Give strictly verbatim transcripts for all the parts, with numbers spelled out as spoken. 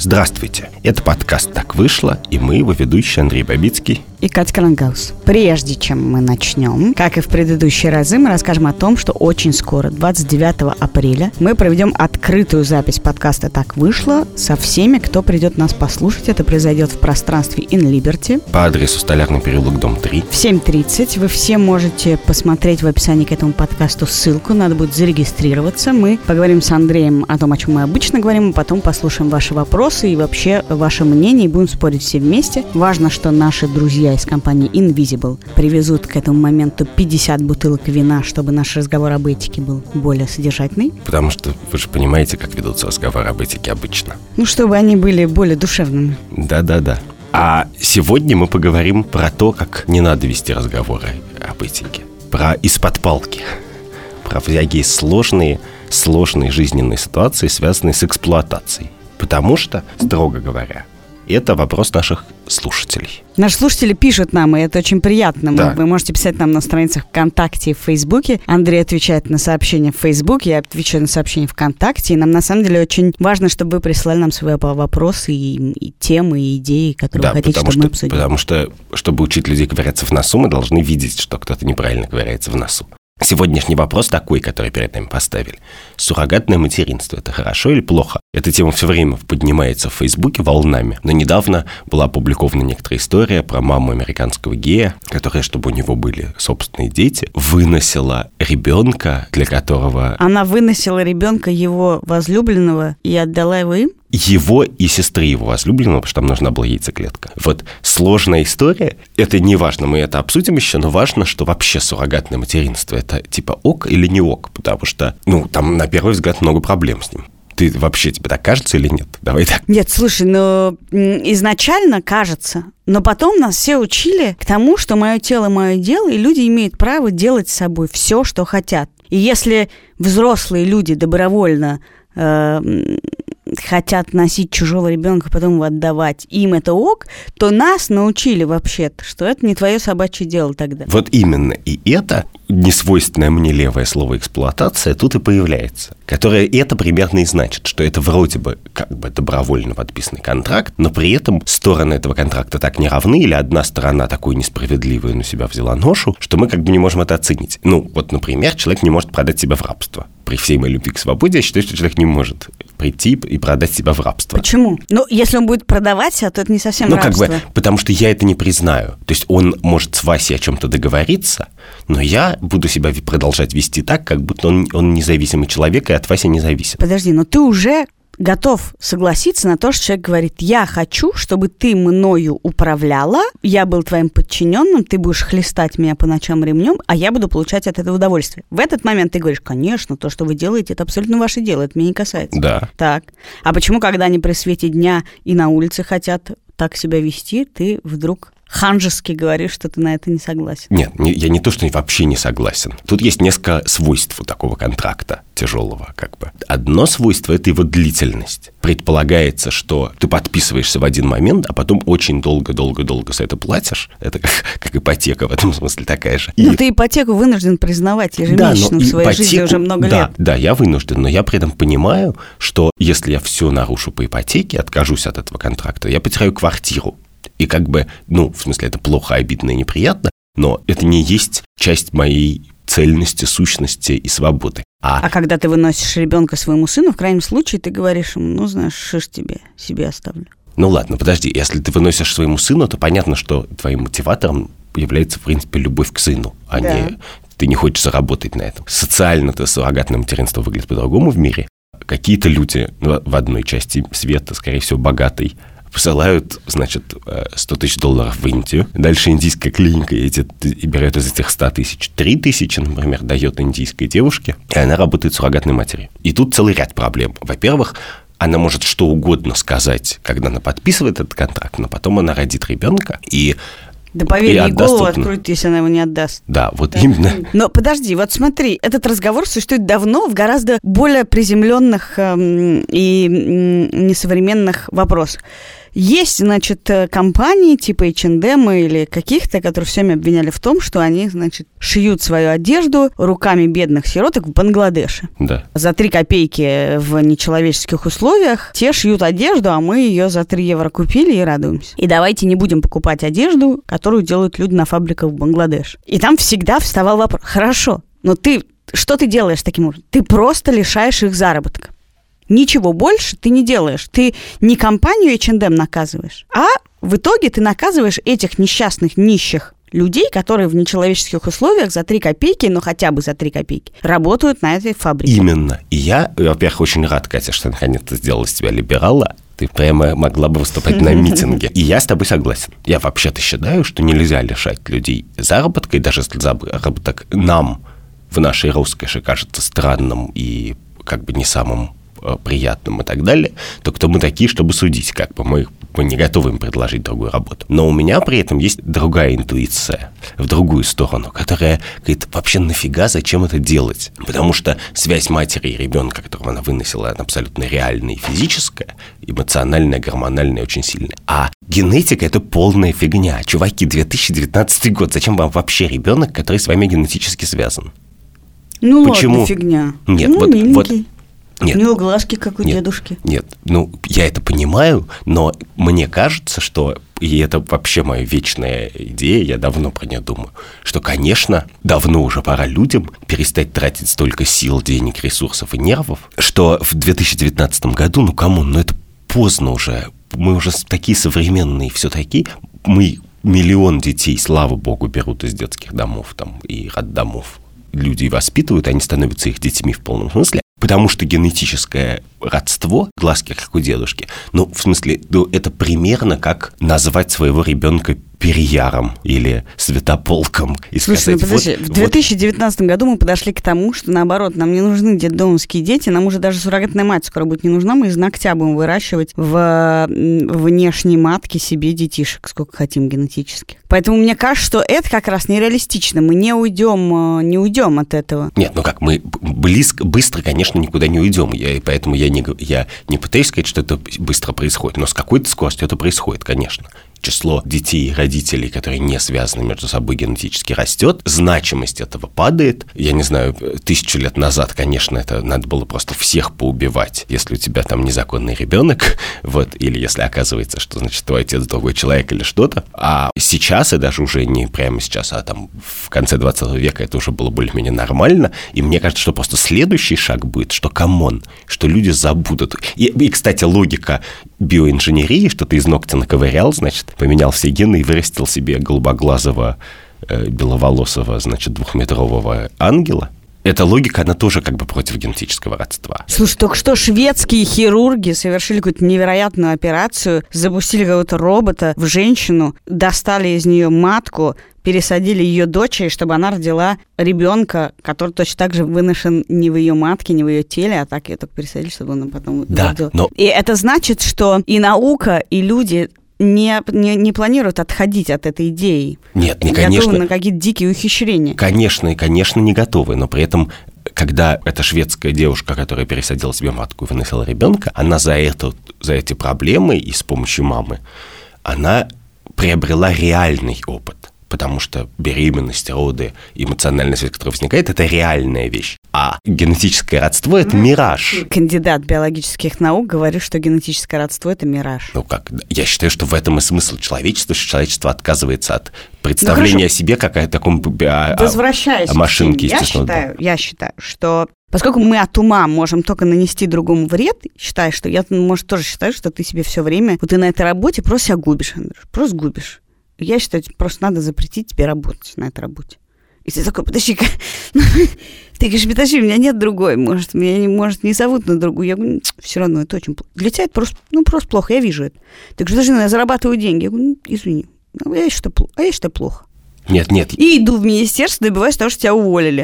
Здравствуйте, это подкаст «Так вышло», и мы, его ведущие Андрей Бабицкий и Катя Крангаус. Прежде чем мы начнем, как и в предыдущие разы, мы расскажем о том, что очень скоро, двадцать девятого апреля, мы проведем открытую запись подкаста «Так вышло» со всеми, кто придет нас послушать. Это произойдет в пространстве In Liberty по адресу Столярный переулок, дом три. В семь тридцать. Вы все можете посмотреть в описании к этому подкасту ссылку. Надо будет зарегистрироваться. Мы поговорим с Андреем о том, о чем мы обычно говорим, а потом послушаем ваши вопросы и вообще ваше мнение, и будем спорить все вместе. Важно, что наши друзья из компании Invisible привезут к этому моменту пятьдесят бутылок вина, чтобы наш разговор об этике был более содержательный. Потому что вы же понимаете, как ведутся разговоры об этике обычно. Ну, чтобы они были более душевными. Да-да-да. А сегодня мы поговорим про то, как не надо вести разговоры об этике. Про из-под палки. Про всякие сложные, сложные жизненные ситуации, связанные с эксплуатацией. Потому что, строго говоря, это вопрос наших слушателей. Наши слушатели пишут нам, и это очень приятно. Да. Вы можете писать нам на страницах ВКонтакте и в Фейсбуке. Андрей отвечает на сообщения в Фейсбуке, я отвечаю на сообщения ВКонтакте. И нам на самом деле очень важно, чтобы вы присылали нам свои вопросы и, и темы, и идеи, которые да, вы хотите, чтобы что, мы обсудили. Потому что, чтобы учить людей ковыряться в носу, мы должны видеть, что кто-то неправильно ковыряется в носу. Сегодняшний вопрос такой, который перед нами поставили. Суррогатное материнство – это хорошо или плохо? Эта тема все время поднимается в Фейсбуке волнами. Но недавно была опубликована некоторая история про маму американского гея, которая, чтобы у него были собственные дети, выносила ребенка, для которого... Она выносила ребенка его возлюбленного и отдала его им? Его и сестры его возлюбленного, потому что там нужна была яйцеклетка. Вот сложная история, это не важно, мы это обсудим еще, но важно, что вообще суррогатное материнство – это типа ок или не ок, потому что, ну, там на первый взгляд много проблем с ним. Ты вообще, тебе так кажется или нет? Давай так. Нет, слушай, ну, изначально кажется, но потом нас все учили к тому, что мое тело – мое дело, и люди имеют право делать с собой все, что хотят. И если взрослые люди добровольно э, хотят носить чужого ребенка, потом его отдавать, им это ок, то нас научили вообще-то, что это не твое собачье дело тогда. Вот именно. И это несвойственное мне левое слово «эксплуатация» тут и появляется, которое это примерно и значит, что это вроде бы как бы добровольно подписанный контракт, но при этом стороны этого контракта так не равны, или одна сторона такую несправедливую на себя взяла ношу, что мы как бы не можем это оценить. Ну, вот, например, человек не может продать себя в рабство. При всей моей любви к свободе я считаю, что человек не может прийти и продать себя в рабство. Почему? Ну, если он будет продавать себя, то это не совсем ну, рабство. Ну, как бы, потому что я это не признаю. То есть он может с Васей о чем-то договориться, но я буду себя продолжать вести так, как будто он, он независимый человек и от Васи не зависим. Подожди, но ты уже готов согласиться на то, что человек говорит: я хочу, чтобы ты мною управляла, я был твоим подчиненным, ты будешь хлестать меня по ночам ремнем, а я буду получать от этого удовольствие. В этот момент ты говоришь: конечно, то, что вы делаете, это абсолютно ваше дело, это меня не касается. Да. Так. А почему, когда они при свете дня и на улице хотят так себя вести, ты вдруг ханжески говоришь, что ты на это не согласен? Нет, не, я не то, что вообще не согласен. Тут есть несколько свойств у такого контракта тяжелого, как бы. Одно свойство – это его длительность. Предполагается, что ты подписываешься в один момент, а потом очень долго-долго-долго за это платишь. Это как, как ипотека в этом смысле такая же. Но и... ты ипотеку вынужден признавать ежемесячно да, в своей ипотеку... жизни уже много да, лет. Да, я вынужден, но я при этом понимаю, что если я все нарушу по ипотеке, откажусь от этого контракта, я потеряю квартиру. И как бы, ну, в смысле, это плохо, обидно и неприятно, но это не есть часть моей цельности, сущности и свободы. А, а когда ты выносишь ребенка своему сыну, в крайнем случае ты говоришь ему: ну, знаешь, шиш тебе, себе оставлю. Ну ладно, подожди, если ты выносишь своему сыну, то понятно, что твоим мотиватором является, в принципе, любовь к сыну, а да. не ты не хочешь заработать на этом. Социально-то суррогатное материнство выглядит по-другому в мире. Какие-то люди в одной части света, скорее всего, богатой, посылают, значит, сто тысяч долларов в Индию. Дальше индийская клиника эти, и берет из этих ста тысяч три тысячи, например, дает индийской девушке, и она работает суррогатной матерью. И тут целый ряд проблем. Во-первых, она может что угодно сказать, когда она подписывает этот контракт, но потом она родит ребенка, и Да поверь, ей голову откроют, если она его не отдаст. Да, вот да. именно. Но подожди, вот смотри, этот разговор существует давно в гораздо более приземленных эм, и м, несовременных вопросах. Есть, значит, компании типа эйч энд эм или каких-то, которые все время обвиняли в том, что они, значит, шьют свою одежду руками бедных сироток в Бангладеше. Да. За три копейки в нечеловеческих условиях те шьют одежду, а мы ее за три евро купили и радуемся. И давайте не будем покупать одежду, которую делают люди на фабриках в Бангладеше. И там всегда вставал вопрос: хорошо, но ты, что ты делаешь таким образом? Ты просто лишаешь их заработка. Ничего больше ты не делаешь. Ты не компанию эйч энд эм наказываешь, а в итоге ты наказываешь этих несчастных, нищих людей, которые в нечеловеческих условиях за три копейки, ну хотя бы за три копейки, работают на этой фабрике. Именно. И я, во-первых, очень рад, Катя, что наконец-то сделала из тебя либерала. Ты прямо могла бы выступать на митинге. И я с тобой согласен. Я вообще-то считаю, что нельзя лишать людей заработка, и даже если заработок нам в нашей роскоши кажется странным и как бы не самым приятным и так далее, то кто мы такие, чтобы судить, как бы мы, мы не готовы им предложить другую работу. Но у меня при этом есть другая интуиция в другую сторону, которая говорит: вообще нафига, зачем это делать? Потому что связь матери и ребенка, которого она выносила, она абсолютно реальная и физическая, эмоциональная, гормональная, очень сильная. А генетика — это полная фигня. Чуваки, две тысячи девятнадцатый год, зачем вам вообще ребенок, который с вами генетически связан? Ну Почему? Ладно, фигня. Нет, ну, вот, вот Нет. У него глазки, как у нет, дедушки. Нет, ну, я это понимаю, но мне кажется, что, и это вообще моя вечная идея, я давно про нее думаю, что, конечно, давно уже пора людям перестать тратить столько сил, денег, ресурсов и нервов, что в две тысячи девятнадцатом году, ну, камон, ну, это поздно уже, мы уже такие современные, все такие, мы миллион детей, слава богу, берут из детских домов там и роддомов. Люди воспитывают, они становятся их детьми в полном смысле, потому что генетическое родство, глазки как у дедушки, ну, в смысле, ну, это примерно как назвать своего ребенка Переяром или Святополком. И Слушай, сказать, ну подожди, вот, в две тысячи девятнадцатом году мы подошли к тому, что, наоборот, нам не нужны детдомовские дети, нам уже даже суррогатная мать скоро будет не нужна, мы из ногтя будем выращивать в внешней матке себе детишек, сколько хотим генетических. Поэтому мне кажется, что это как раз нереалистично, мы не уйдем, не уйдем от этого. Нет, ну как, мы близко, быстро, конечно, никуда не уйдем, я, поэтому я не, я не пытаюсь сказать, что это быстро происходит, но с какой-то скоростью это происходит, конечно. Число детей и родителей, которые не связаны между собой генетически, растет, значимость этого падает. Я не знаю, тысячу лет назад, конечно, это надо было просто всех поубивать, если у тебя там незаконный ребенок, вот, или если оказывается, что, значит, твой отец другой человек или что-то. А сейчас, и даже уже не прямо сейчас, а там в конце двадцатого века это уже было более-менее нормально, и мне кажется, что просто следующий шаг будет, что камон, что люди забудут. И, и кстати, логика биоинженерии, что ты из ногтя наковырял, значит, поменял все гены и вырастил себе голубоглазого, э, беловолосого, значит, двухметрового ангела. Эта логика, она тоже как бы против генетического родства. Слушай, только что шведские хирурги совершили какую-то невероятную операцию, запустили какого-то робота в женщину, достали из нее матку, пересадили ее дочери, чтобы она родила ребенка, который точно так же выношен не в ее матке, не в ее теле, а так ее только пересадили, чтобы он потом да, родил. Но... И это значит, что и наука, и люди не, не, не планируют отходить от этой идеи. Нет, не готовы конечно. на какие-то дикие ухищрения. Конечно, и, конечно, не готовы, но при этом, когда эта шведская девушка, которая пересадила себе матку и выносила ребенка, она за, это, за эти проблемы и с помощью мамы, она приобрела реальный опыт. Потому что беременность, роды, эмоциональная связь, которая возникает, это реальная вещь. А генетическое родство – это мираж. Кандидат биологических наук говорит, что генетическое родство – это мираж. Ну как, я считаю, что в этом и смысл человечества, что человечество отказывается от представления ну, о себе как о таком о, Возвращаясь о машинке, я естественно. Считаю, я считаю, что поскольку мы от ума можем только нанести другому вред, считаю, что я, может, тоже считаю, что ты себе все время, вот ты на этой работе просто себя губишь, Андрюш, просто губишь. Я считаю, просто надо запретить тебе работать на этой работе. И ты такой, подожди-ка, ты говоришь, подожди, у меня нет другой, может, меня может, не зовут на другую. Я говорю, все равно, это очень плохо. Для тебя это просто, ну, просто плохо, я вижу это. Ты говоришь, подожди, я зарабатываю деньги. Я говорю, ну, извини, а я считаю, а я считаю плохо. Нет, нет. И иду в министерство, добиваюсь того, что тебя уволили.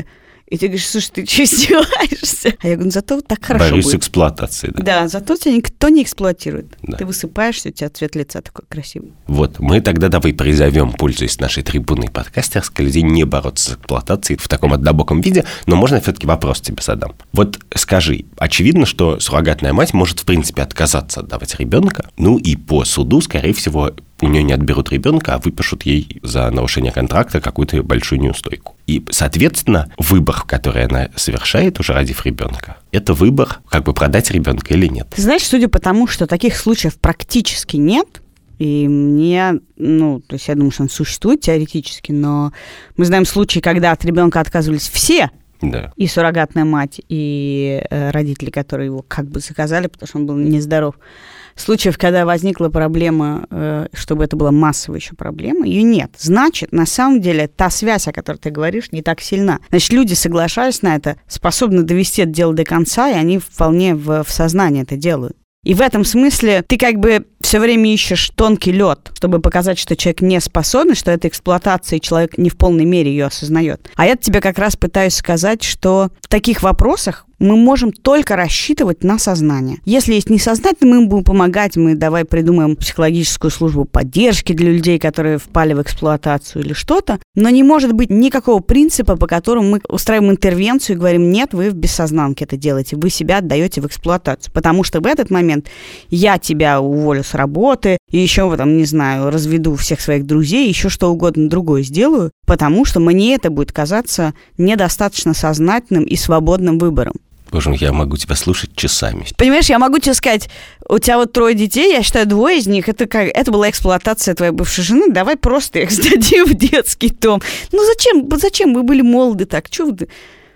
И ты говоришь, слушай, ты что, издеваешься? А я говорю, ну, зато вот так хорошо Борюсь будет. с эксплуатацией, да. Да, зато тебя никто не эксплуатирует. Да. Ты высыпаешься, у тебя цвет лица такой красивый. Вот, мы тогда давай призовем, пользуясь нашей трибуной подкастерской, людей не бороться с эксплуатацией в таком однобоком виде, но можно я все-таки вопрос тебе задам. Вот скажи, очевидно, что суррогатная мать может, в принципе, отказаться отдавать ребенка, ну и по суду, скорее всего, у нее не отберут ребенка, а выпишут ей за нарушение контракта какую-то большую неустойку. И, соответственно, выбор, который она совершает, уже родив ребенка, это выбор, как бы продать ребенка или нет. Ты знаешь, судя по тому, что таких случаев практически нет, и мне, ну, то есть я думаю, что он существует теоретически, но мы знаем случаи, когда от ребенка отказывались все, Да. и суррогатная мать, и э, родители, которые его как бы заказали, потому что он был нездоров. Случаев, когда возникла проблема, э, чтобы это была массовая еще проблема, ее нет. Значит, на самом деле, та связь, о которой ты говоришь, не так сильна. Значит, люди, соглашаясь на это, способны довести это дело до конца, и они вполне в, в сознании это делают. И в этом смысле ты как бы все время ищешь тонкий лед, чтобы показать, что человек не способен, что это эксплуатация, и человек не в полной мере ее осознает. А я тебе как раз пытаюсь сказать, что в таких вопросах мы можем только рассчитывать на сознание. Если есть несознательно, мы им будем помогать, мы давай придумаем психологическую службу поддержки для людей, которые впали в эксплуатацию или что-то, но не может быть никакого принципа, по которому мы устраиваем интервенцию и говорим, нет, вы в бессознанке это делаете, вы себя отдаете в эксплуатацию, потому что в этот момент я тебя уволю с работы, и еще, там, не знаю, разведу всех своих друзей, еще что угодно другое сделаю, потому что мне это будет казаться недостаточно сознательным и свободным выбором. Боже мой, я могу тебя слушать часами. Понимаешь, я могу тебе сказать, у тебя вот трое детей, я считаю, двое из них, это, как, это была эксплуатация твоей бывшей жены, давай просто их сдадим в детский дом. Ну зачем, зачем вы были молоды так, чего вы...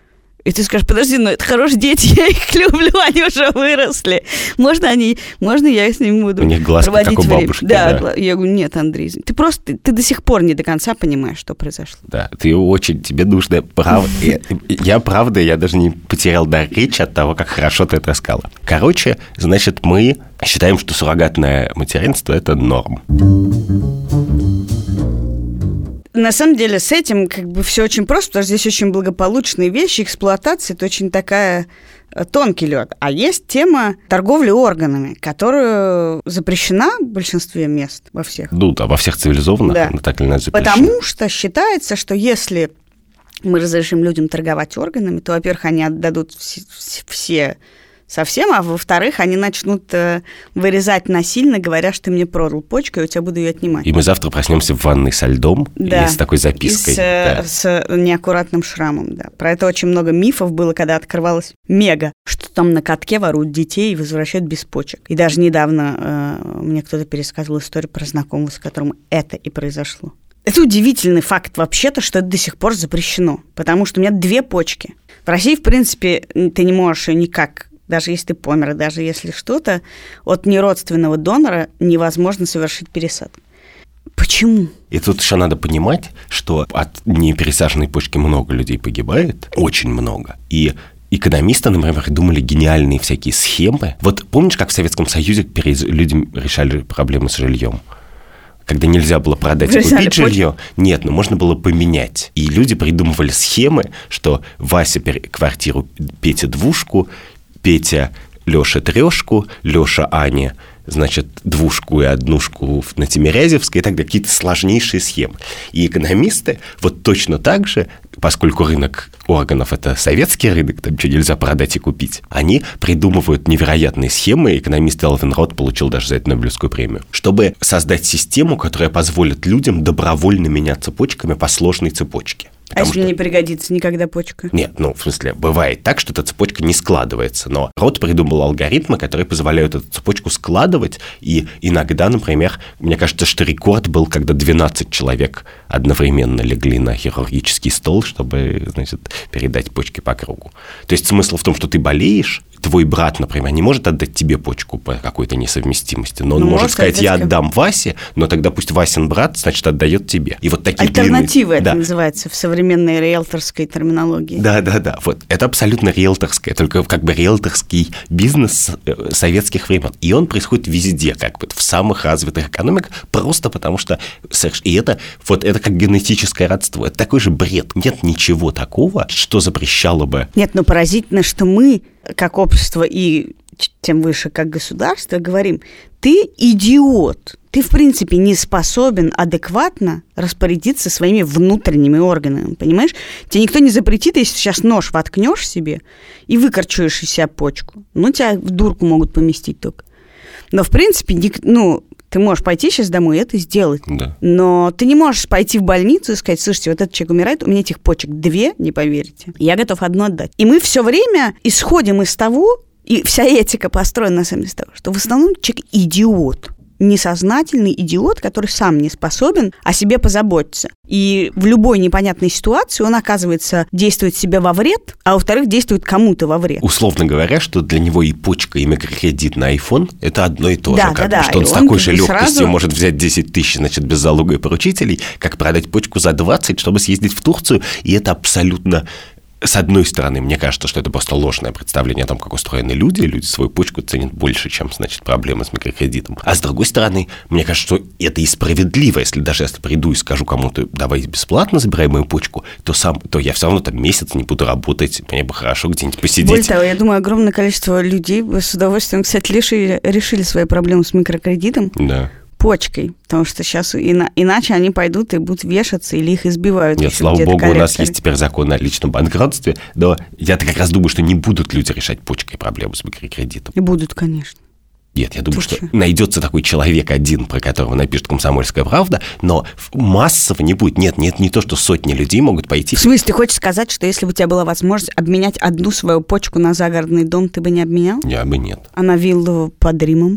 И ты скажешь, подожди, ну это хорошие дети, я их люблю, они уже выросли. Можно они, можно я с ними буду у них глазки, проводить как у время? бабушки. Да, Да, я говорю, нет, Андрей, ты просто, ты, ты до сих пор не до конца понимаешь, что произошло. Да, ты очень, тебе нужно правда. Я, правда, я даже не потерял дар речи от того, как хорошо ты это рассказала. Короче, значит, мы считаем, что суррогатное материнство – это норм. На самом деле с этим как бы все очень просто, потому что здесь очень благополучные вещи. Эксплуатация – это очень такая тонкий лед. А есть тема торговли органами, которая запрещена в большинстве мест, во всех. Ну да, во всех цивилизованных, да. она так или иначе запрещена. Потому что считается, что если мы разрешим людям торговать органами, то, во-первых, они отдадут все, все совсем, а во-вторых, они начнут э, вырезать насильно, говоря, что ты мне продал почку, и у тебя буду ее отнимать. И мы завтра проснемся в ванной со льдом, да. и с такой запиской. И с, да. с неаккуратным шрамом, да. Про это очень много мифов было, когда открывалось Мега, что там на катке воруют детей и возвращают без почек. И даже недавно э, мне кто-то пересказывал историю про знакомого, с которым это и произошло. Это удивительный факт вообще-то, что это до сих пор запрещено, потому что у меня две почки. В России, в принципе, ты не можешь ее никак... Даже если ты помер, даже если что-то, от неродственного донора невозможно совершить пересадку. Почему? И тут еще надо понимать, что от непересаженной почки много людей погибает, очень много. И экономисты, например, думали гениальные всякие схемы. Вот помнишь, как в Советском Союзе люди решали проблемы с жильем? Когда нельзя было продать и купить жилье, нет, но можно было поменять. И люди придумывали схемы, что Вася квартиру, Петя двушку, Петя Лёша трешку, Лёша Аня, значит, двушку и однушку на Тимирязевской, и так далее, какие-то сложнейшие схемы. И экономисты вот точно так же, поскольку рынок органов – это советский рынок, там ничего нельзя продать и купить, они придумывают невероятные схемы, экономист Элвин Рот получил даже за это Нобелевскую премию, чтобы создать систему, которая позволит людям добровольно меняться почками по сложной цепочке. А если что... не пригодится никогда почка? Нет, ну, в смысле, бывает так, что эта цепочка не складывается, но Рот придумал алгоритмы, которые позволяют эту цепочку складывать, и иногда, например, мне кажется, что рекорд был, когда двенадцать человек одновременно легли на хирургический стол, чтобы, значит, передать почки по кругу. То есть смысл в том, что ты болеешь, твой брат, например, не может отдать тебе почку по какой-то несовместимости, но он ну, может, может сказать, я как... отдам Васе, но тогда пусть Васин брат, значит, отдает тебе. И вот такие альтернатива длинные... это да. называется в современной риэлторской терминологии. Да-да-да, вот это абсолютно риэлторское, только как бы риэлторский бизнес советских времен. И он происходит везде, как бы в самых развитых экономиках, просто потому что... И это, вот, это как генетическое родство. Это такой же бред. Нет ничего такого, что запрещало бы... Нет, но поразительно, что мы, как общество и тем выше, как государство, говорим, ты идиот, ты, в принципе, не способен адекватно распорядиться своими внутренними органами, понимаешь? Тебе никто не запретит, если сейчас нож воткнешь себе и выкорчуешь из себя почку. Ну, тебя в дурку могут поместить только. Но, в принципе, ну... Ты можешь пойти сейчас домой и это сделать. Да. Но ты не можешь пойти в больницу и сказать, слушайте, вот этот человек умирает, у меня этих почек две, не поверите. Я готов одну отдать. И мы все время исходим из того, и вся этика построена на самом деле из того, что в основном человек идиот. Несознательный идиот, который сам не способен о себе позаботиться. И в любой непонятной ситуации он, оказывается, действует себе во вред, а во-вторых, действует кому-то во вред. Условно говоря, что для него и почка, и микрокредит на iPhone – это одно и то да, же. Как да, бы, да. Что он и с он такой же легкостью сразу... может взять десять тысяч, значит, без залога и поручителей, как продать почку за двадцать, чтобы съездить в Турцию. И это абсолютно... С одной стороны, мне кажется, что это просто ложное представление о том, как устроены люди. Люди свою почку ценят больше, чем, значит, проблемы с микрокредитом. А с другой стороны, мне кажется, что это и справедливо. Если даже если приду и скажу кому-то, давай бесплатно забирай мою почку, то, сам, то я все равно там месяц не буду работать, мне бы хорошо где-нибудь посидеть. Более того, я думаю, огромное количество людей с удовольствием, кстати, решили, решили свои проблемы с микрокредитом. Да. Почкой, потому что сейчас ина- иначе они пойдут и будут вешаться или их избивают. Нет, слава богу, коллекторы. У нас есть теперь закон о личном банкротстве, но я-то как раз думаю, что не будут люди решать почкой проблему с микрокредитом. И будут, конечно. Нет, я думаю, Ты что че? найдется такой человек один, про которого напишет «Комсомольская правда», но массово не будет. Нет, нет, не то, что сотни людей могут пойти. В смысле, ты хочешь сказать, что если бы у тебя была возможность обменять одну свою почку на загородный дом, ты бы не обменял? Я бы нет. А на виллу под Римом?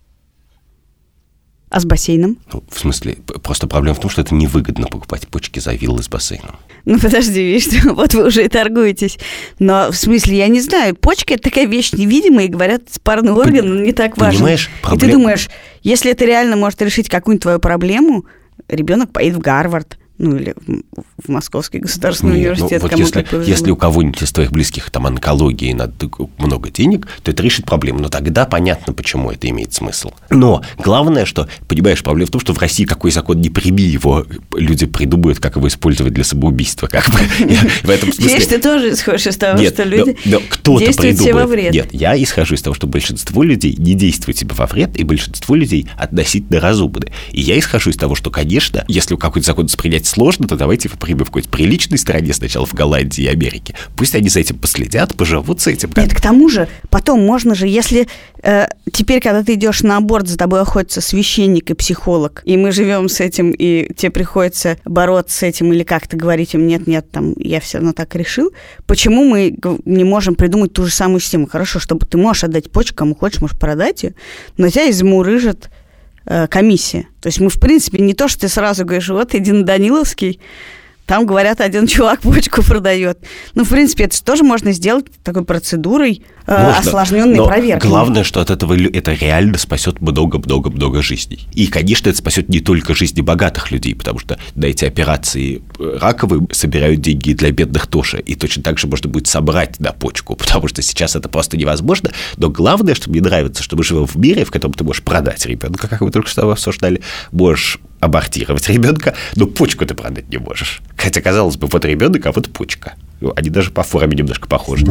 А с бассейном? Ну, в смысле, просто проблема в том, что это невыгодно покупать почки за виллы с бассейном. Ну, подожди, видишь, вот вы уже и торгуетесь. Но, в смысле, я не знаю, почка – это такая вещь невидимая, и говорят, спарный орган Пон- не так важен. Понимаешь, проблема... И ты думаешь, если это реально может решить какую-нибудь твою проблему, ребенок поедет в Гарвард, ну, или в Московский государственный Нет, университет. Ну, вот если, если у кого-нибудь из твоих близких там онкологии надо много денег, то это решит проблему. Но тогда понятно, почему это имеет смысл. Но главное, что, понимаешь, проблема в том, что в России какой закон не прими, его люди придумают, как его использовать для самоубийства. Как бы. В этом смысле... Видишь, ты тоже исходишь из того, Нет, что люди но, но кто-то действуют себе во вред. Нет, я исхожу из того, что большинство людей не действует себе во вред, и большинство людей относительно разумны. И я исхожу из того, что, конечно, если какой-то закон принять сложно, то давайте примем в какой-то приличной стране, сначала в Голландии и Америке. Пусть они за этим последят, поживут с этим. Нет, к тому же, потом можно же, если э, теперь, когда ты идешь на аборт, за тобой охотится священник и психолог, и мы живем с этим, и тебе приходится бороться с этим, или как-то говорить им, нет-нет, там, я все равно так решил, почему мы не можем придумать ту же самую систему? Хорошо, чтобы ты можешь отдать почку, кому хочешь, можешь продать ее, но тебя измурыжат комиссия. То есть мы, в принципе, не то, что ты сразу говоришь, вот, иди на Даниловский, там, говорят, один чувак почку продает. Ну, в принципе, это тоже можно сделать такой процедурой э, осложненной проверки. Главное, что от этого это реально спасет много-много-много жизней. И, конечно, это спасет не только жизни богатых людей, потому что на эти операции раковые собирают деньги для бедных тоже. И точно так же можно будет собрать на почку, потому что сейчас это просто невозможно. Но главное, что мне нравится, что мы живем в мире, в котором ты можешь продать ребенка, как мы только что обсуждали, можешь абортировать ребенка, но почку ты продать не можешь. Хотя, казалось бы, вот ребенок, а вот почка. Они даже по форме немножко похожи.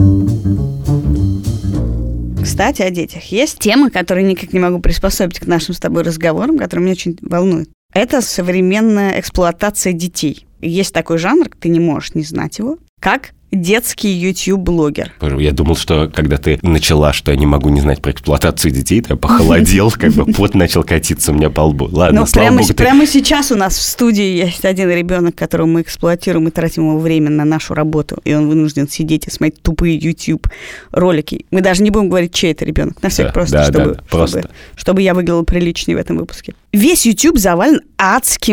Кстати, о детях. Есть тема, которую никак не могу приспособить к нашим с тобой разговорам, которая меня очень волнует. Это современная эксплуатация детей. Есть такой жанр, ты не можешь не знать его, как детский YouTube-блогер. Я думал, что когда ты начала, что я не могу не знать про эксплуатацию детей, то я похолодел, как бы пот начал катиться у меня по лбу. Ладно, ну, слава прямо, богу, ты... прямо сейчас у нас в студии есть один ребенок, которого мы эксплуатируем и тратим его время на нашу работу, и он вынужден сидеть и смотреть тупые YouTube-ролики. Мы даже не будем говорить, чей это ребенок, на всякий да, просто, да, чтобы, да, просто. Чтобы, чтобы я выглядела приличнее в этом выпуске. Весь YouTube завален адскими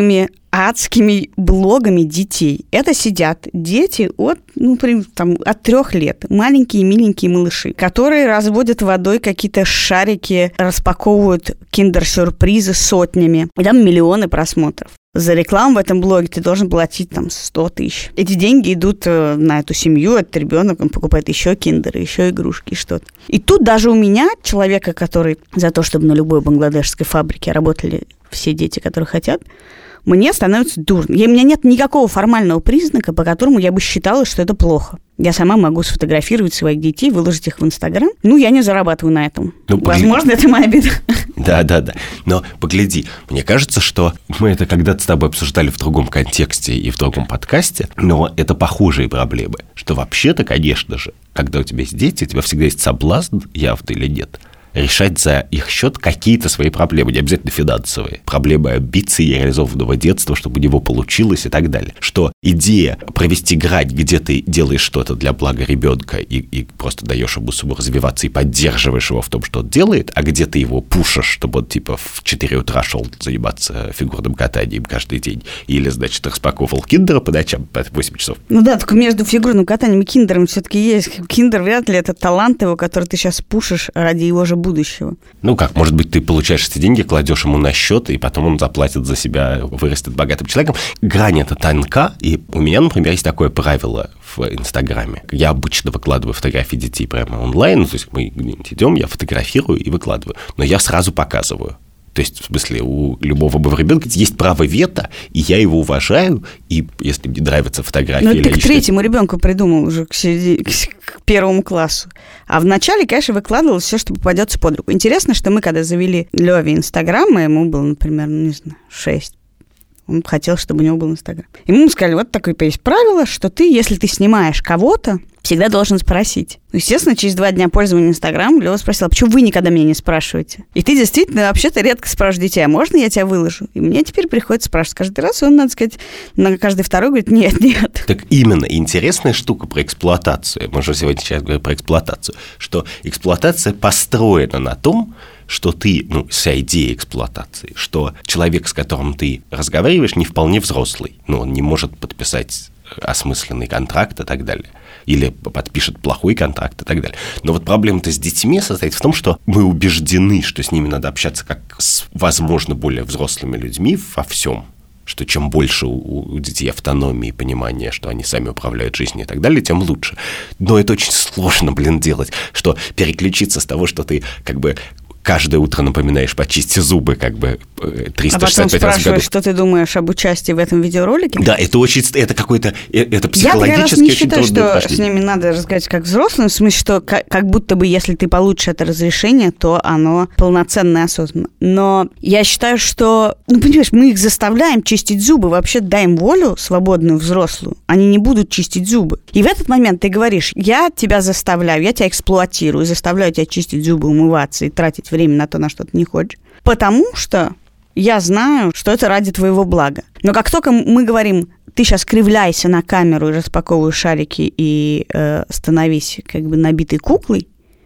адскими блогами детей. Это сидят дети от, ну, там, от трех лет, маленькие миленькие малыши, которые разводят водой какие-то шарики, распаковывают киндер-сюрпризы сотнями. И там миллионы просмотров. За рекламу в этом блоге ты должен платить там сто тысяч. Эти деньги идут на эту семью, этот ребенок, он покупает еще киндеры, еще игрушки, что-то. И тут даже у меня, человека, который за то, чтобы на любой бангладешской фабрике работали все дети, которые хотят, мне становится дурно. И у меня нет никакого формального признака, по которому я бы считала, что это плохо. Я сама могу сфотографировать своих детей, выложить их в Инстаграм. Ну, я не зарабатываю на этом. Ну, возможно, это моя беда. Да, да, да. Но погляди, мне кажется, что мы это когда-то с тобой обсуждали в другом контексте и в другом подкасте, но это похожие проблемы. Что вообще-то, конечно же, когда у тебя есть дети, у тебя всегда есть соблазн, явно или нет, решать за их счет какие-то свои проблемы, не обязательно финансовые. Проблемы амбиций, реализованного детства, чтобы у него получилось и так далее. Что идея провести грань, где ты делаешь что-то для блага ребенка и, и просто даешь ему самому развиваться и поддерживаешь его в том, что он делает, а где ты его пушишь, чтобы он типа в четыре утра шел заниматься фигурным катанием каждый день, или, значит, распаковывал киндера по ночам по восемь часов. Ну да, только между фигурным катанием и киндером все-таки есть. Киндер вряд ли это талант его, который ты сейчас пушишь ради его же будущего. Ну как, может быть, ты получаешь эти деньги, кладешь ему на счет, и потом он заплатит за себя, вырастет богатым человеком. Грань эта тонка, и у меня, например, есть такое правило в Инстаграме. Я обычно выкладываю фотографии детей прямо онлайн, ну, то есть мы идем, я фотографирую и выкладываю, но я сразу показываю. То есть, в смысле, у любого моего ребенка есть право вето, и я его уважаю, и если мне нравится фотография... Ну, ты к третьему ребенку придумал уже, к, середи... к первому классу. А вначале, конечно, выкладывал все, что попадется под руку. Интересно, что мы, когда завели Лёве Инстаграм, ему было, например, ну, не знаю, шесть. Он хотел, чтобы у него был Инстаграм. И мы ему сказали, вот такое есть правило, что ты, если ты снимаешь кого-то, всегда должен спросить. Ну, естественно, через два дня пользования Инстаграм Лёва спросила, почему вы никогда меня не спрашиваете? И ты действительно вообще-то редко спрашиваешь детей, а можно я тебя выложу? И мне теперь приходится спрашивать каждый раз, и он, надо сказать, на каждый второй говорит, нет, нет. Так именно, интересная штука про эксплуатацию. Мы же сегодня сейчас говорим про эксплуатацию, что эксплуатация построена на том, что ты, ну, вся идея эксплуатации, что человек, с которым ты разговариваешь, не вполне взрослый. Ну, он не может подписать осмысленный контракт и так далее. Или подпишет плохой контракт и так далее. Но вот проблема-то с детьми состоит в том, что мы убеждены, что с ними надо общаться как с, возможно, более взрослыми людьми во всем. Что чем больше у, у детей автономии, понимания, что они сами управляют жизнью и так далее, тем лучше. Но это очень сложно, блин, делать. Что переключиться с того, что ты как бы каждое утро напоминаешь почисти зубы, как бы триста шестьдесят пять раз в году. А потом спрашиваешь, что ты думаешь об участии в этом видеоролике? Да, это очень, это какой-то, это психологически очень трудное. Я очень как раз не считаю, что с ними надо разговаривать как взрослым, в смысле, что как, как будто бы, если ты получишь это разрешение, то оно полноценное и осознанно. Но я считаю, что, ну, понимаешь, мы их заставляем чистить зубы, вообще дай им волю свободную, взрослую, они не будут чистить зубы. И в этот момент ты говоришь, я тебя заставляю, я тебя эксплуатирую, заставляю тебя чистить зубы, умываться и тратить время на то, на что ты не хочешь. Потому что я знаю, что это ради твоего блага. Но как только мы говорим, ты сейчас кривляйся на камеру и распаковывай шарики и э, становись как бы набитой куклой,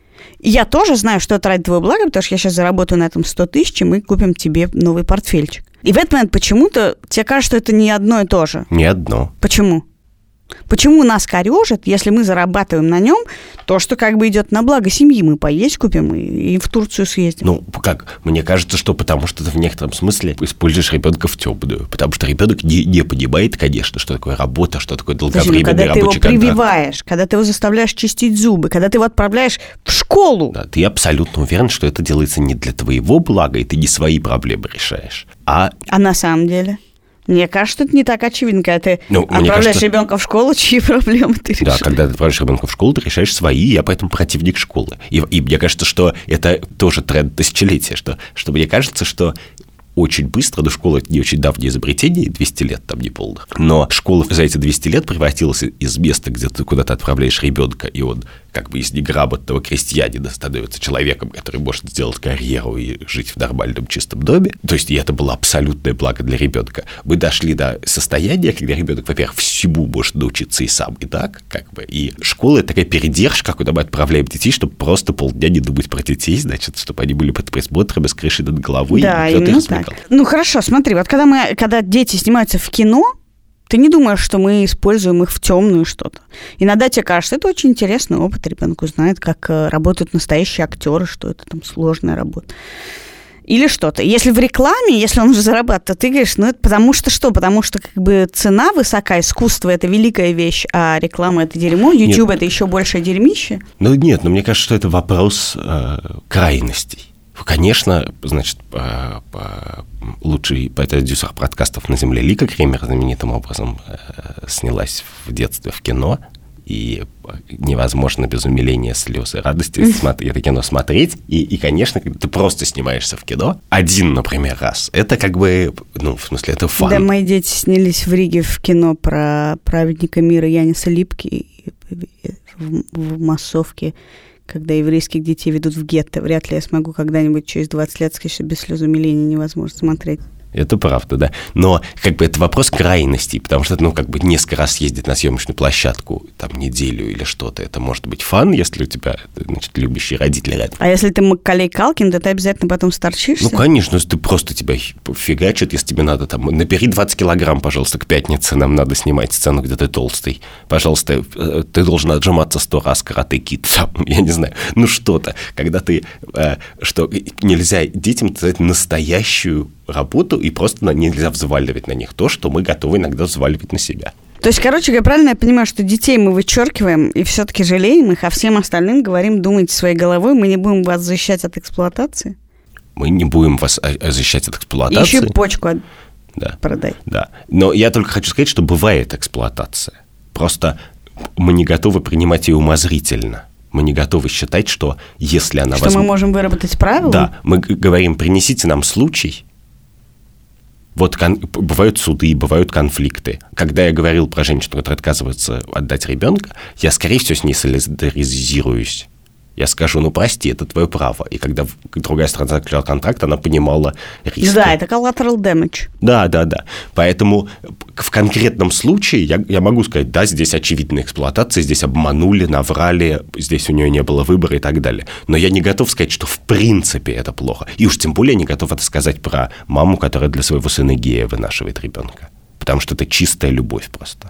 я тоже знаю, что это ради твоего блага, потому что я сейчас заработаю на этом сто тысяч, и мы купим тебе новый портфельчик. И в этот момент почему-то тебе кажется, что это не одно и то же. Не одно. Почему? Почему нас корежит, если мы зарабатываем на нем то, что как бы идет на благо семьи? Мы поесть купим и, и в Турцию съездим. Ну, как? Мне кажется, что потому что ты в некотором смысле используешь ребенка в темную. Потому что ребенок не, не понимает, конечно, что такое работа, что такое долговременный Подожди, ну, рабочий контракт. Когда ты его прививаешь, когда ты его заставляешь чистить зубы, когда ты его отправляешь в школу. Да, ты абсолютно уверен, что это делается не для твоего блага, и ты не свои проблемы решаешь, а... А на самом деле... Мне кажется, что это не так очевидно, когда ты ну, отправляешь кажется... ребенка в школу, чьи проблемы ты решаешь. Да, когда ты отправляешь ребенка в школу, ты решаешь свои, я поэтому противник школы. И, и мне кажется, что это тоже тренд тысячелетия, что, что мне кажется, что очень быстро, но школа – это не очень давнее изобретение, двести лет там неполных, но школа за эти двести лет превратилась из места, где ты куда-то отправляешь ребенка, и он как бы из неграмотного крестьянина становится человеком, который может сделать карьеру и жить в нормальном чистом доме. То есть, и это было абсолютное благо для ребенка. Мы дошли до состояния, когда ребенок, во-первых, всему может научиться и сам, и так, как бы. И школа – это такая передержка, куда мы отправляем детей, чтобы просто полдня не думать про детей, значит, чтобы они были под присмотром и с крышей над головой. Да, и кто-то их так. сказал. Ну, хорошо, смотри, вот когда, мы, когда дети снимаются в кино, ты не думаешь, что мы используем их в темную что-то. Иногда тебе кажется, это очень интересный опыт, ребенок узнает, как работают настоящие актеры, что это там сложная работа. Или что-то. Если в рекламе, если он уже зарабатывает, то ты говоришь, ну это потому что что? Потому что как бы цена высока, искусство – это великая вещь, а реклама – это дерьмо, YouTube – это еще большее дерьмище. Ну нет, но мне кажется, что это вопрос э, крайностей. Конечно, значит, по, по, лучший продюсер подкастов на земле Лика Кремер знаменитым образом э, снялась в детстве в кино, и невозможно без умиления, слез и радости mm-hmm. это кино смотреть. И, и, конечно, когда ты просто снимаешься в кино, один, например, раз, это как бы, ну, в смысле, это фан. Да, мои дети снялись в Риге в кино про праведника мира Яниса Липки в, в массовке, когда еврейских детей ведут в гетто. Вряд ли я смогу когда-нибудь через двадцать лет сказать, что без слез умиления невозможно смотреть. Это правда, да. Но как бы это вопрос крайностей, потому что, ну, как бы несколько раз ездить на съемочную площадку, там, неделю или что-то, это может быть фан, если у тебя, значит, любящие родители рядом. А если ты Макколей Калкин, то ты обязательно потом сторчишься? Ну, конечно, если ты просто тебя фигачит, если тебе надо там, набери двадцать килограмм, пожалуйста, к пятнице, нам надо снимать сцену, где ты толстый. Пожалуйста, ты должен отжиматься сто раз, карате-кид, я не знаю, ну, что-то. Когда ты, что нельзя детям сказать настоящую работу, и просто нельзя взваливать на них то, что мы готовы иногда взваливать на себя. То есть, короче говоря, правильно я понимаю, что детей мы вычеркиваем и все-таки жалеем их, а всем остальным говорим, думайте своей головой, мы не будем вас защищать от эксплуатации? Мы не будем вас защищать от эксплуатации. И еще почку от... да. продай. Да, но я только хочу сказать, что бывает эксплуатация. Просто мы не готовы принимать ее умозрительно. Мы не готовы считать, что если она... Что возможно... мы можем выработать правила? Да, мы говорим, принесите нам случай. Вот кон- бывают суды, бывают конфликты. Когда я говорил про женщину, которая отказывается отдать ребенка, я, скорее всего, с ней солидаризируюсь. Я скажу, ну, прости, это твое право. И когда другая сторона заключала контракт, она понимала риски. Да, это collateral damage. Да, да, да. Поэтому в конкретном случае я, я могу сказать, да, здесь очевидная эксплуатация, здесь обманули, наврали, здесь у нее не было выбора и так далее. Но я не готов сказать, что в принципе это плохо. И уж тем более не готов это сказать про маму, которая для своего сына гея вынашивает ребенка. Потому что это чистая любовь просто.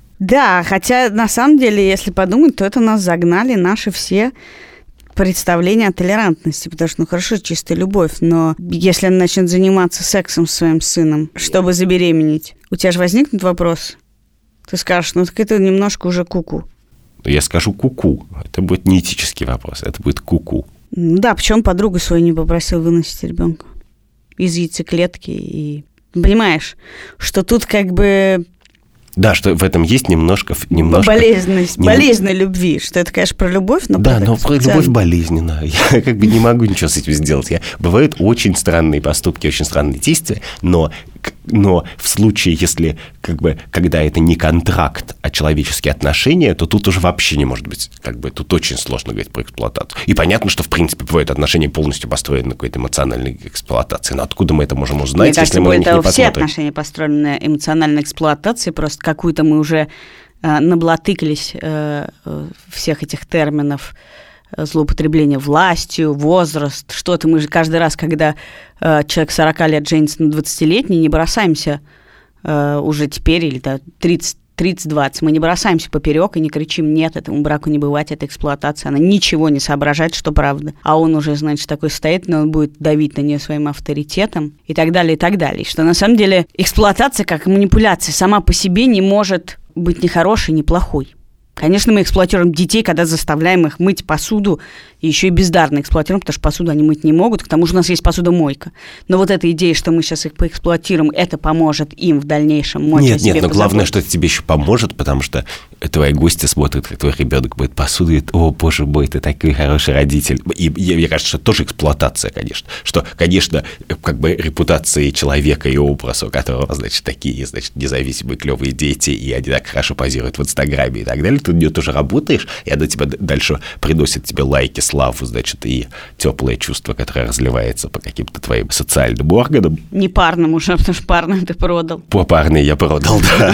Да, хотя на самом деле, если подумать, то это нас загнали наши все... представление о толерантности, потому что, ну, хорошо, чистая любовь, но если она начнет заниматься сексом с своим сыном, чтобы забеременеть, у тебя же возникнут вопросы. Ты скажешь, ну, так это немножко уже ку-ку. Я скажу ку-ку. Это будет не этический вопрос, это будет ку-ку. Ну, да, почему подругу свою не попросил выносить ребенка из яйцеклетки? И понимаешь, что тут как бы... Да, что в этом есть немножко... немножко болезненность, нем... болезненной любви, что это, конечно, про любовь, но... Да, но про любовь болезненно. Я как бы не могу ничего с этим сделать. Я... Бывают очень странные поступки, очень странные действия, но, но в случае, если, как бы, когда это не контракт, а человеческие отношения, то тут уже вообще не может быть, как бы, тут очень сложно говорить про эксплуатацию. И понятно, что, в принципе, бывают отношения полностью построены на какой-то эмоциональной эксплуатации, но откуда мы это можем узнать, Мне кажется, если мы на них не посмотрим? Все отношения построены на эмоциональной эксплуатации, просто какую-то мы уже э, наблатыкались э, всех этих терминов э, злоупотребления властью, возраст, что-то. Мы же каждый раз, когда э, человек сорок лет женится на двадцатилетний, не бросаемся э, уже теперь, или да, тридцать-двадцать, мы не бросаемся поперек и не кричим, нет, этому браку не бывать, это эксплуатация, она ничего не соображает, что правда. А он уже, значит, такой стоит, но он будет давить на нее своим авторитетом и так далее, и так далее. Что на самом деле эксплуатация как манипуляция сама по себе не может быть ни хорошей, ни плохой. Конечно, мы эксплуатируем детей, когда заставляем их мыть посуду, и еще и бездарно эксплуатируем, потому что посуду они мыть не могут, к тому же у нас есть посудомойка. Но вот эта идея, что мы сейчас их поэксплуатируем, это поможет им в дальнейшем мочь Нет, о себе нет, но позаботиться. главное, что это тебе еще поможет, потому что твои гости смотрят, как твой ребенок будет посуду, и говорит, о, боже мой, ты такой хороший родитель. И мне кажется, что это тоже эксплуатация, конечно. Что, конечно, как бы репутации человека и образ, у которого, значит, такие, значит, независимые клевые дети, и они так хорошо позируют в Инстаграме и так далее, ты у нее тоже работаешь, и она тебе дальше приносит тебе лайки, славу, значит, и теплое чувство, которое разливается по каким-то твоим социальным органам. Не парным уже, потому что парным ты продал. По парной я продал, да.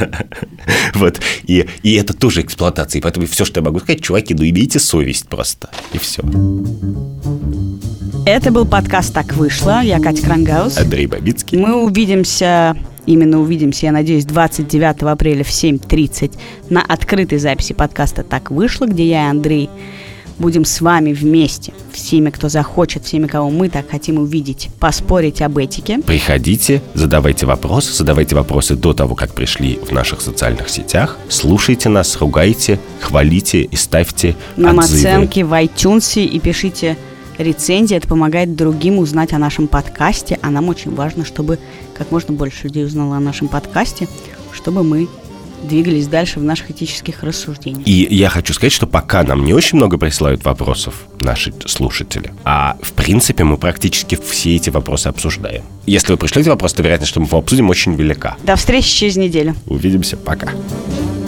Вот. И это тоже эксплуатация. И поэтому все, что я могу сказать, чуваки, ну имейте совесть просто. И все. Это был подкаст «Так вышло». Я Катя Крангаус. Андрей Бабицкий. Мы увидимся, именно увидимся, я надеюсь, двадцать девятого апреля в семь тридцать на открытой записи подкаста «Так вышло», где я и Андрей будем с вами вместе, всеми, кто захочет, всеми, кого мы так хотим увидеть, поспорить об этике. Приходите, задавайте вопросы, задавайте вопросы до того, как пришли в наших социальных сетях. Слушайте нас, ругайте, хвалите и ставьте нам отзывы. оценки в iTunes и пишите рецензии. Это помогает другим узнать о нашем подкасте, а нам очень важно, чтобы как можно больше людей узнало о нашем подкасте, чтобы мы двигались дальше в наших этических рассуждениях. И я хочу сказать, что пока нам не очень много присылают вопросов наши слушатели, а в принципе мы практически все эти вопросы обсуждаем. Если вы пришлете вопрос, то вероятность, что мы его обсудим, очень велика. До встречи через неделю. Увидимся, пока.